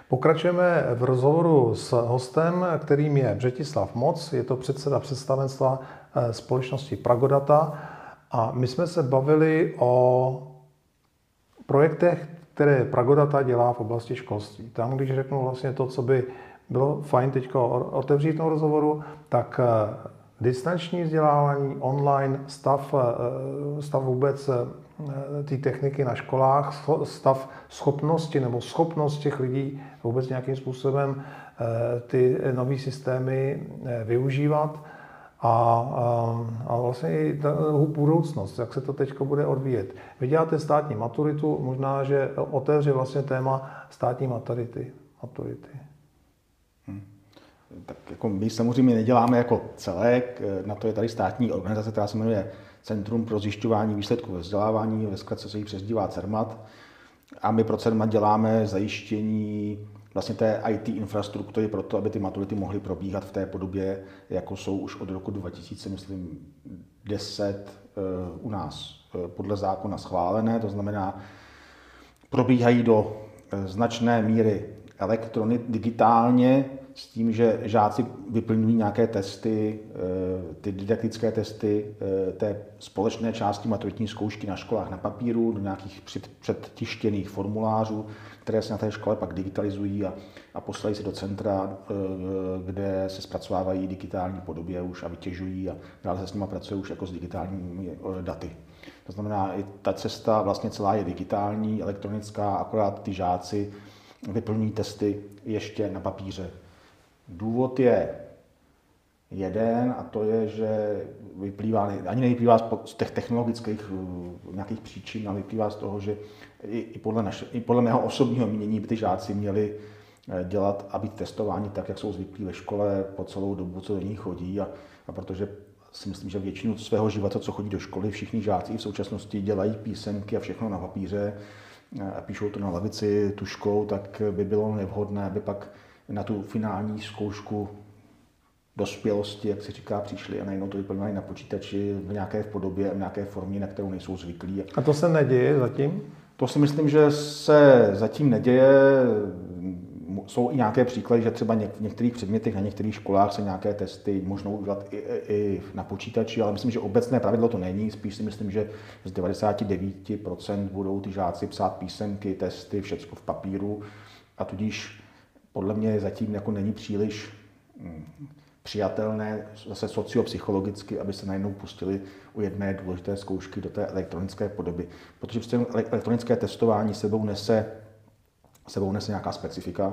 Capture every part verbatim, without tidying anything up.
Pokračujeme v rozhovoru s hostem, kterým je Břetislav Moc, je to předseda představenstva společnosti Pragodata a my jsme se bavili o projektech, které Pragodata dělá v oblasti školství. Tam, když řeknu vlastně to, co by bylo fajn teď otevřít v rozhovoru, tak distanční vzdělávání, online, stav, stav vůbec té techniky na školách, stav schopnosti nebo schopnost těch lidí vůbec nějakým způsobem ty nové systémy využívat a, a, a vlastně i ta budoucnost, jak se to teď bude odvíjet. Vy děláte státní maturitu, možná, že otevře vlastně téma státní maturity. maturity. Hmm. Tak jako my samozřejmě neděláme jako celek, na to je tady státní organizace, která se jmenuje Centrum pro zjišťování výsledků ve vzdělávání, ve zkratce se jí přezdívá CERMAT. A my pro CERMAT děláme zajištění vlastně té í té infrastruktury pro to, aby ty maturity mohly probíhat v té podobě, jako jsou už od roku dva tisíce deset u nás podle zákona schválené. To znamená, probíhají do značné míry elektrony, digitálně, s tím, že žáci vyplňují nějaké testy, ty didaktické testy té společné části maturitní zkoušky na školách na papíru, do nějakých předtištěných formulářů, které se na té škole pak digitalizují a, a posílají se do centra, kde se zpracovávají digitální podobě už a vytěžují a dále se s nimi pracuje už jako s digitálními daty. To znamená, i ta cesta vlastně celá je digitální, elektronická, akorát ty žáci vyplňují testy ještě na papíře. Důvod je jeden a to je, že vyplývá, ani nevyplývá z těch technologických nějakých příčin, ale vyplývá z toho, že i podle, naše, i podle mého osobního mínění by ty žáci měli dělat a být testováni tak, jak jsou zvyklí ve škole po celou dobu, co do ní chodí a, a protože si myslím, že většinu svého života, co chodí do školy, všichni žáci v současnosti dělají písemky a všechno na papíře a píšou to na lavici tužkou, tak by bylo nevhodné, aby pak na tu finální zkoušku dospělosti, jak se říká, přišli a najednou to vyplňovali na počítači v nějaké podobě a v nějaké formě, na kterou nejsou zvyklí. A to se neděje zatím? To si myslím, že se zatím neděje. Jsou i nějaké příklady, že třeba v některých předmětech na některých školách se nějaké testy možnou udělat i, i na počítači, ale myslím, že obecné pravidlo to není. Spíš si myslím, že z devadesát devět procent budou ty žáci psát písemky, testy, všechno v papíru a tudíž podle mě zatím jako není příliš přijatelné zase sociopsychologicky, aby se najednou pustili u jedné důležité zkoušky do té elektronické podoby. Protože prostě elektronické testování sebou nese, sebou nese nějaká specifika.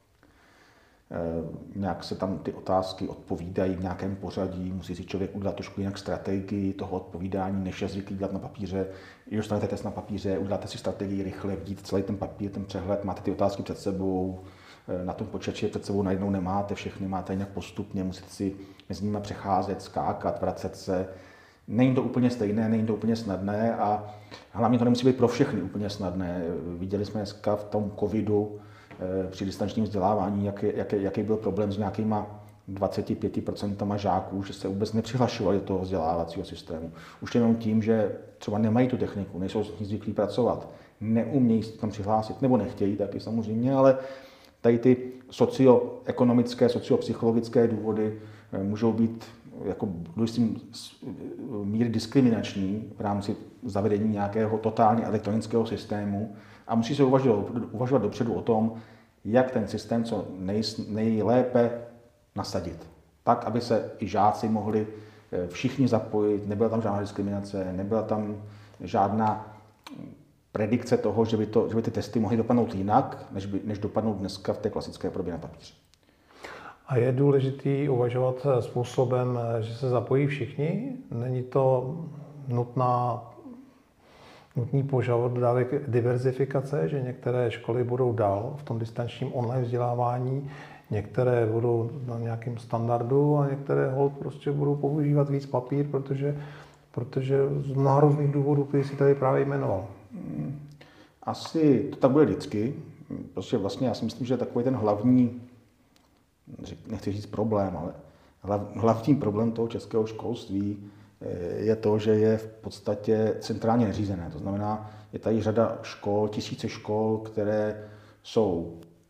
E, nějak se tam ty otázky odpovídají v nějakém pořadí, musí si člověk udělat trošku jinak strategii toho odpovídání, než je zvyklý dělat na papíře. Když dostanete test na papíře, uděláte si strategii rychle, vidíte celý ten papír, ten přehled, máte ty otázky před sebou, na tom počítači před sebou najednou nemáte, všechny máte jinak postupně, musíte si mezi nimi přecházet, skákat, vracet se. Není to úplně stejné, není to úplně snadné a hlavně to nemusí být pro všechny úplně snadné. Viděli jsme dneska v tom covidu při distančním vzdělávání, jaký, jaký, jaký byl problém s nějakýma dvacet pět procent žáků, že se vůbec nepřihlašovali do toho vzdělávacího systému. Už jenom tím, že třeba nemají tu techniku, nejsou s ní zvyklí pracovat, neumějí se tam přihlásit, nebo nechtějí taky samozřejmě, ale tady ty socioekonomické, sociopsychologické důvody můžou být jako do jisté míry diskriminační v rámci zavedení nějakého totálně elektronického systému a musí se uvažovat, uvažovat dopředu o tom, jak ten systém co nej, nejlépe nasadit. Tak, aby se i žáci mohli všichni zapojit, nebyla tam žádná diskriminace, nebyla tam žádná predikce toho, že by, to, že by ty testy mohly dopadnout jinak, než, by, než dopadnou dneska v té klasické podobě na papíře. A je důležitý uvažovat způsobem, že se zapojí všichni? Není to nutná, nutný požadavek diverzifikace, že některé školy budou dál v tom distančním online vzdělávání, některé budou na nějakém standardu a některé hold prostě budou používat víc papír, protože, protože z mnoha různých důvodů, který si tady právě jmenoval. Asi to tak bude vždycky. Prostě vlastně já si myslím, že takový ten hlavní, nechci říct problém, ale hlavní problém toho českého školství je to, že je v podstatě centrálně neřízené. To znamená, je tady řada škol, tisíce škol, které jsou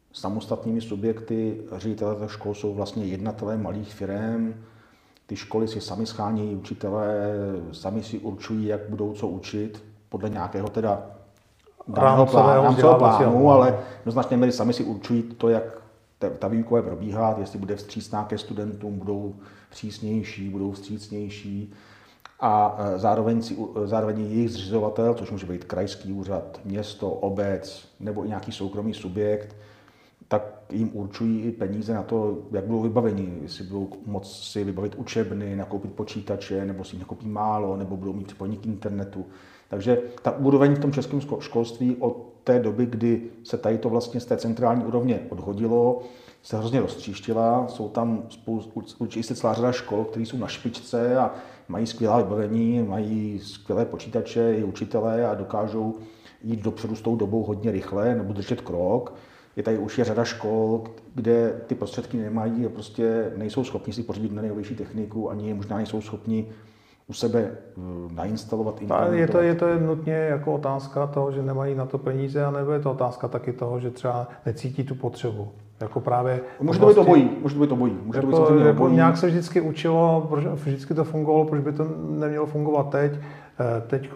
samostatnými subjekty. Ředitelé škol jsou vlastně jednatelé malých firem. Ty školy si sami schánějí učitelé, sami si určují, jak budou co učit, podle nějakého teda daného plánu, rámcového plánu, ale do značné míry sami si určují to, jak ta výuka bude probíhat, jestli bude vstřícná ke studentům, budou přísnější, budou vstřícnější. A zároveň, si, zároveň jejich zřizovatel, což může být krajský úřad, město, obec nebo i nějaký soukromý subjekt, tak jim určují i peníze na to, jak budou vybaveni, jestli budou moct si vybavit učebny, nakoupit počítače, nebo si jich nakoupí málo, nebo budou mít připojení k internetu. Takže ta úroveň v tom českém školství od té doby, kdy se tady to vlastně z té centrální úrovně odhodilo, se hrozně roztříštila. Jsou tam určitě celá řada škol, které jsou na špičce a mají skvělá vybavení, mají skvělé počítače, i učitelé a dokážou jít dopředu s tou dobou hodně rychle nebo držet krok. Je tady už je řada škol, kde ty prostředky nemají a prostě nejsou schopni si pořídit na nejnovější techniku, ani možná nejsou schopni u sebe nainstalovat, implementovat. Je to, je to nutně jako otázka toho, že nemají na to peníze, anebo je to otázka taky toho, že třeba necítí tu potřebu. Jako právě může to být obojí, může to být obojí. Může jako, to být jako obojí. Nějak se vždycky učilo, vždycky to fungovalo, proč by to nemělo fungovat teď. Teď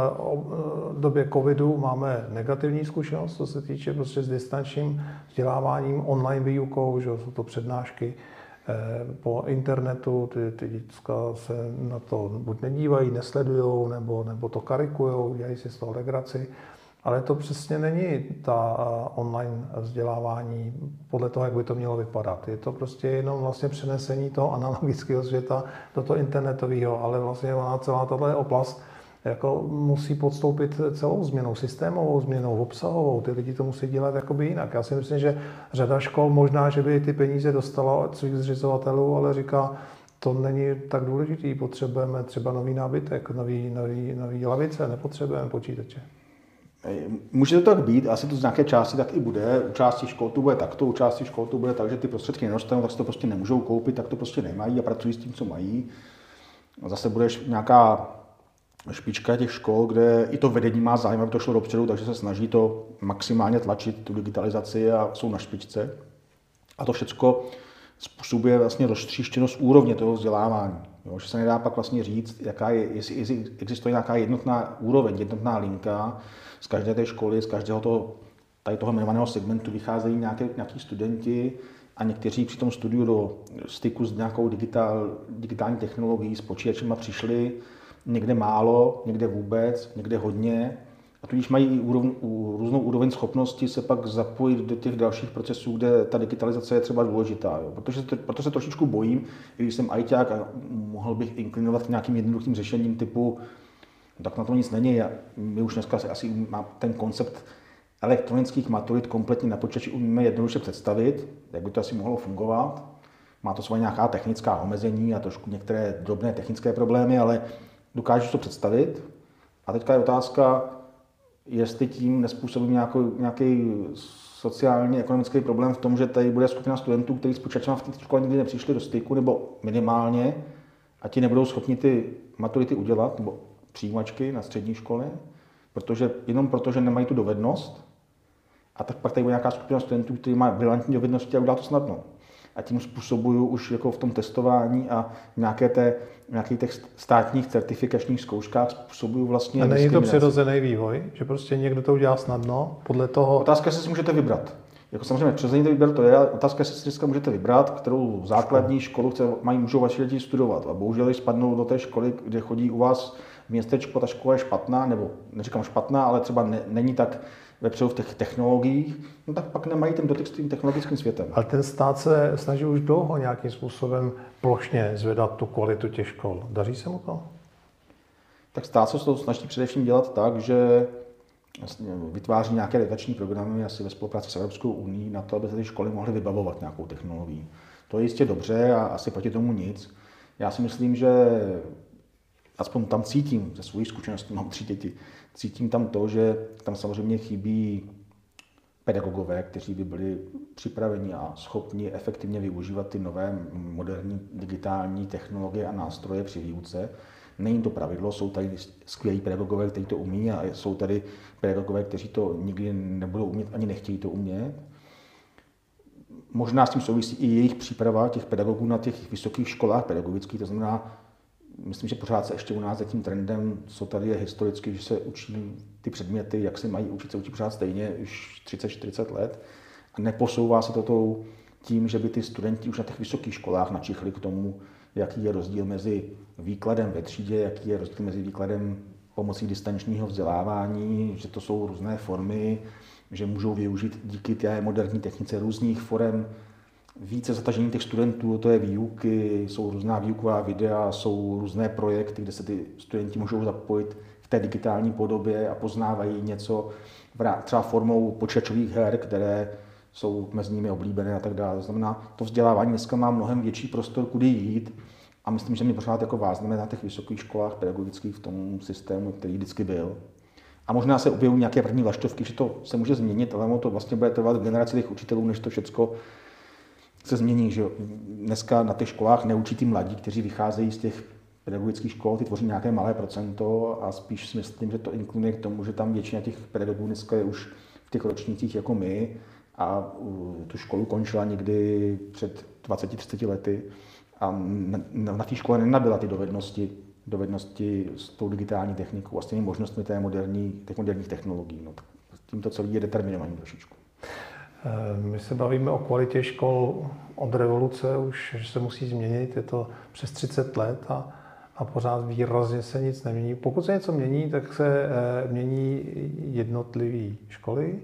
v době covidu máme negativní zkušenost, co se týče prostě s distančním vzděláváním, online výukou, že jsou to přednášky po internetu, ty, ty děcka se na to buď nedívají, nesledujou, nebo, nebo to karikujou, dělají si z toho legraci. Ale to přesně není ta online vzdělávání podle toho, jak by to mělo vypadat. Je to prostě jenom vlastně přenesení toho analogického světa do toho internetového, ale vlastně ona celá tato oblast jako musí podstoupit celou změnou, systémovou změnou, obsahovou. Ty lidi to musí dělat jakoby jinak. Já si myslím, že řada škol možná, že by ty peníze dostala od svých zřizovatelů, ale říká, to není tak důležitý, potřebujeme třeba nový nábytek, nový, nový, nový lavice, nepotřebujeme počítače. Může to tak být, asi to z nějaké části tak i bude. U části škol to bude takto, u části škol to bude tak, že ty prostředky nedostanou, tak si to prostě nemůžou koupit, tak to prostě nemají a pracují s tím, co mají. A zase bude nějaká špička těch škol, kde i to vedení má zájem, aby to šlo dopředu, takže se snaží to maximálně tlačit, tu digitalizaci a jsou na špičce. A to všechno způsobuje vlastně roztříštěnost úrovně toho vzdělávání. Jo, že se nedá pak vlastně říct, jaká je, jestli, jestli existuje nějaká jednotná úroveň, jednotná linka. Z každé té školy, z každého toho, tady toho jmenovaného segmentu vycházejí nějaké, nějaký studenti a někteří při tom studiu do styku s nějakou digitál, digitální technologií, s počítačem přišli někde málo, někde vůbec, někde hodně. A tudíž mají úroveň, různou úroveň schopnosti se pak zapojit do těch dalších procesů, kde ta digitalizace je třeba důležitá. Jo. Protože to, proto se trošičku bojím, i když jsem ajťák a mohl bych inklinovat k nějakým jednoduchým řešením typu, tak na to nic není. My už dneska asi má ten koncept elektronických maturit kompletně na počítači umíme jednoduše představit, jak by to asi mohlo fungovat. Má to svoje nějaká technická omezení a trošku některé drobné technické problémy, ale dokážu to představit. A teďka je otázka, jestli tím nezpůsobím nějaký, nějaký sociálně ekonomický problém v tom, že tady bude skupina studentů, kteří s počítačem v té škole nikdy nepřišli do styku, nebo minimálně, a ti nebudou schopni ty maturity udělat, nebo přijímačky na střední školy, protože, jenom proto, že nemají tu dovednost. A tak pak tady bude nějaká skupina studentů, kteří mají brilantní dovednosti a udělá to snadno. A tím způsobují už jako v tom testování a nějaké té, nějakých těch státních certifikačních zkouškách způsobují vlastně. A není to přirozený vývoj, že prostě někdo to udělá snadno, podle toho. Otázka, jestli si můžete vybrat. Jako samozřejmě přirozený výběr to je, ale otázka, jestli si dneska můžete vybrat, kterou základní školu chce, mají, můžou vaši lidi studovat. A bohužel, když spadnou do té školy, kde chodí u vás v městečku, ta škola je špatná, nebo neříkám špatná, ale třeba ne, není tak vepředu v těch technologiích, no tak pak nemají ten dotyk s tím technologickým světem. Ale ten stát se snaží už dlouho nějakým způsobem plošně zvedat tu kvalitu těch škol. Daří se mu to? Tak stát se to snaží především dělat tak, že vytváří nějaké dotační programy asi ve spolupráci s Evropskou unií na to, aby se ty školy mohly vybavovat nějakou technologií. To je jistě dobře a asi proti tomu nic. Já si myslím, že aspoň tam cítím, ze svých zkušeností mám tři děti, cítím tam to, že tam samozřejmě chybí pedagogové, kteří by byli připraveni a schopni efektivně využívat ty nové moderní digitální technologie a nástroje při výuce. Není to pravidlo, jsou tady skvělí pedagogové, kteří to umí a jsou tady pedagogové, kteří to nikdy nebudou umět ani nechtějí to umět. možná s tím souvisí i jejich příprava těch pedagogů na těch vysokých školách pedagogických, to znamená, myslím, že pořád se ještě u nás za tím trendem, co tady je historicky, že se učí ty předměty, jak se mají učit, se učí pořád stejně už třicet čtyřicet let a neposouvá se to tou tím, že by ty studenti už na těch vysokých školách načichli k tomu, jaký je rozdíl mezi výkladem ve třídě, jaký je rozdíl mezi výkladem pomocí distančního vzdělávání, že to jsou různé formy, že můžou využít díky té moderní technice různých forem více zatažení těch studentů, to je výuky, jsou různá výuková videa, jsou různé projekty, kde se ty studenti můžou zapojit v té digitální podobě a poznávají něco třeba formou počítačových her, které jsou mezi nimi oblíbené a tak dále. To znamená, to vzdělávání dneska má mnohem větší prostor, kudy jít a myslím, že my pořád jako vázneme na těch vysokých školách pedagogických v tom systému, který vždycky byl. A možná se objevují nějaké první vlaštovky, že to se může změnit, ale to vlastně bude trvat generaci těch učitelů, než to všechno se změní. Že dneska na těch školách neučí ty mladí, kteří vycházejí z těch pedagogických škol, ty tvoří nějaké malé procento a spíš si myslím, že to inklinuje k tomu, že tam většina těch pedagogů dneska je už v těch ročnících jako my a tu školu končila někdy před dvaceti třiceti lety a na, na té škole nenabyla ty dovednosti, dovednosti s tou digitální technikou a s těmi možnostmi té moderní, těch moderních technologií. No, tím to celé je determinovaný trošičku. My se bavíme o kvalitě škol od revoluce, už že se musí změnit, je to přes třicet let a, a pořád výrazně se nic nemění. Pokud se něco mění, tak se mění jednotlivé školy.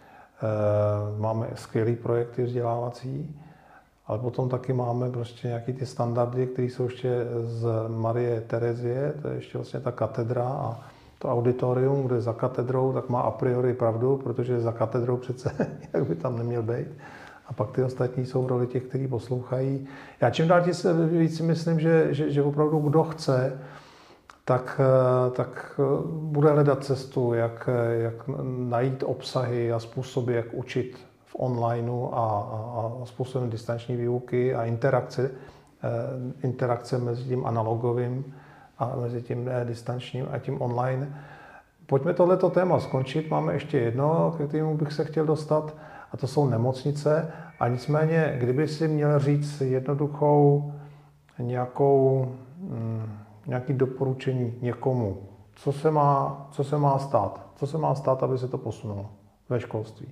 Máme skvělé projekty vzdělávací, ale potom taky máme prostě nějaké ty standardy, které jsou ještě z Marie Terezie, to je ještě vlastně ta katedra a to auditorium, kde za katedrou, tak má a priori pravdu, protože za katedrou přece jak by tam neměl být. A pak ty ostatní jsou v roli těch, kteří poslouchají. Já čím dál tím víc si myslím, že, že, že opravdu kdo chce, tak, tak bude hledat cestu, jak, jak najít obsahy a způsoby, jak učit v onlineu a, a, a způsobem distanční výuky a interakce, interakce mezi tím analogovým a mezi tím distančním a tím online. Pojďme tohleto téma skončit. Máme ještě jedno, k kterému bych se chtěl dostat, a to jsou nemocnice. A nicméně, kdyby si měl říct jednoduchou nějakou, nějaký doporučení někomu, co se má, co se má stát? Co se má stát, aby se to posunulo ve školství?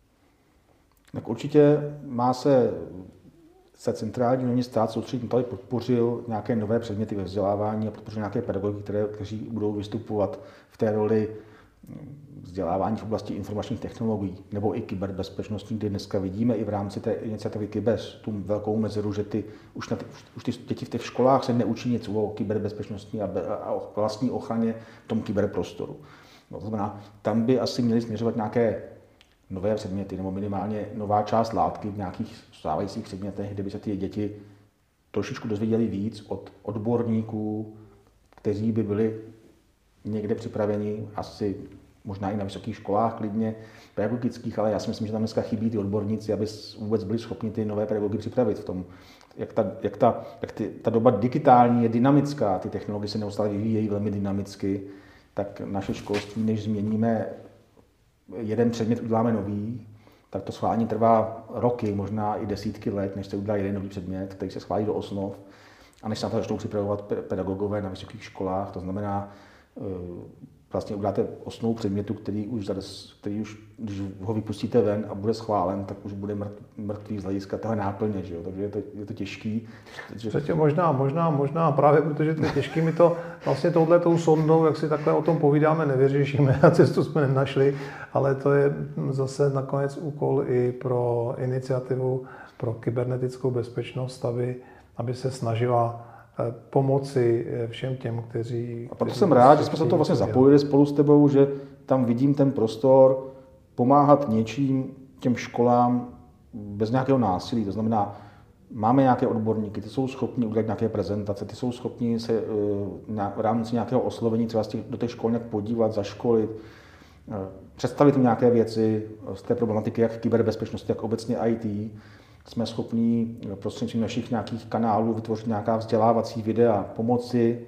Tak určitě má se se centrální unijní stát soustředit, tady podpořil nějaké nové předměty ve vzdělávání a podpořil nějaké pedagogy, které, kteří budou vystupovat v té roli vzdělávání v oblasti informačních technologií nebo i kyberbezpečnosti, kdy dneska vidíme i v rámci té iniciativy Kybez tu velkou mezeru, že ty, už, na ty, už ty děti v těch školách se neučí něco o kyberbezpečnosti a, a o vlastní ochraně v tom kyberprostoru. No, to znamená, tam by asi měly směřovat nějaké nové předměty, nebo minimálně nová část látky v nějakých stávajících předmětech, kde by se ty děti trošičku dozvěděli víc od odborníků, kteří by byli někde připraveni, asi možná i na vysokých školách klidně, pedagogických, ale já si myslím, že tam dneska chybí ty odborníci, aby vůbec byli schopni ty nové pedagogy připravit v tom, jak ta, jak ta, jak ty, ta doba digitální je dynamická, ty technologie se neustále vyvíjejí velmi dynamicky, tak naše školství, než změníme jeden předmět, uděláme nový, tak to schválení trvá roky, možná i desítky let, než se udělá jeden nový předmět, který se schválí do osnov a než se na to začnou připravovat pedagogové na vysokých školách. To znamená, vlastně uděláte osnovu předmětu, který už, který už, když ho vypustíte ven a bude schválen, tak už bude mrtvý z hlediska toho náplně, že jo? Takže je to, je to těžký. Přesně možná, možná, možná právě, protože to je těžký, my to vlastně touhletou sondou, jak si takhle o tom povídáme, nevyřešíme a cestu jsme nenašli, ale to je zase nakonec úkol i pro iniciativu pro kybernetickou bezpečnost, aby, aby se snažila pomoci všem těm, kteří... A proto jsem rád, že jsme se to vlastně zapojili spolu s tebou, že tam vidím ten prostor pomáhat něčím těm školám bez nějakého násilí. To znamená, máme nějaké odborníky, ty jsou schopni udělat nějaké prezentace, ty jsou schopni se v rámci nějakého oslovení třeba do těch škol nějak podívat, zaškolit, představit jim nějaké věci z té problematiky, jak kyberbezpečnosti, jak obecně í té. Jsme schopni prostřednictvím našich nějakých kanálů vytvořit nějaká vzdělávací videa, pomoci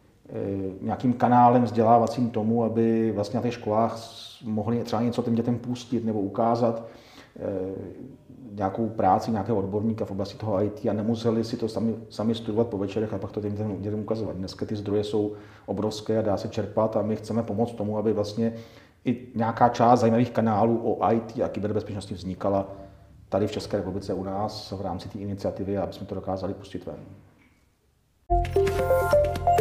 nějakým kanálem vzdělávacím tomu, aby vlastně na těch školách mohli třeba něco těm dětem pustit nebo ukázat. nějakou práci nějakého odborníka v oblasti toho í té a nemuseli si to sami, sami studovat po večerech a pak to těm dětem ukazovat. Dneska ty zdroje jsou obrovské a dá se čerpat a my chceme pomoct tomu, aby vlastně i nějaká část zajímavých kanálů o í té a kyberbezpečnosti vznikala tady v České republice u nás v rámci té iniciativy, aby jsme to dokázali pustit ven.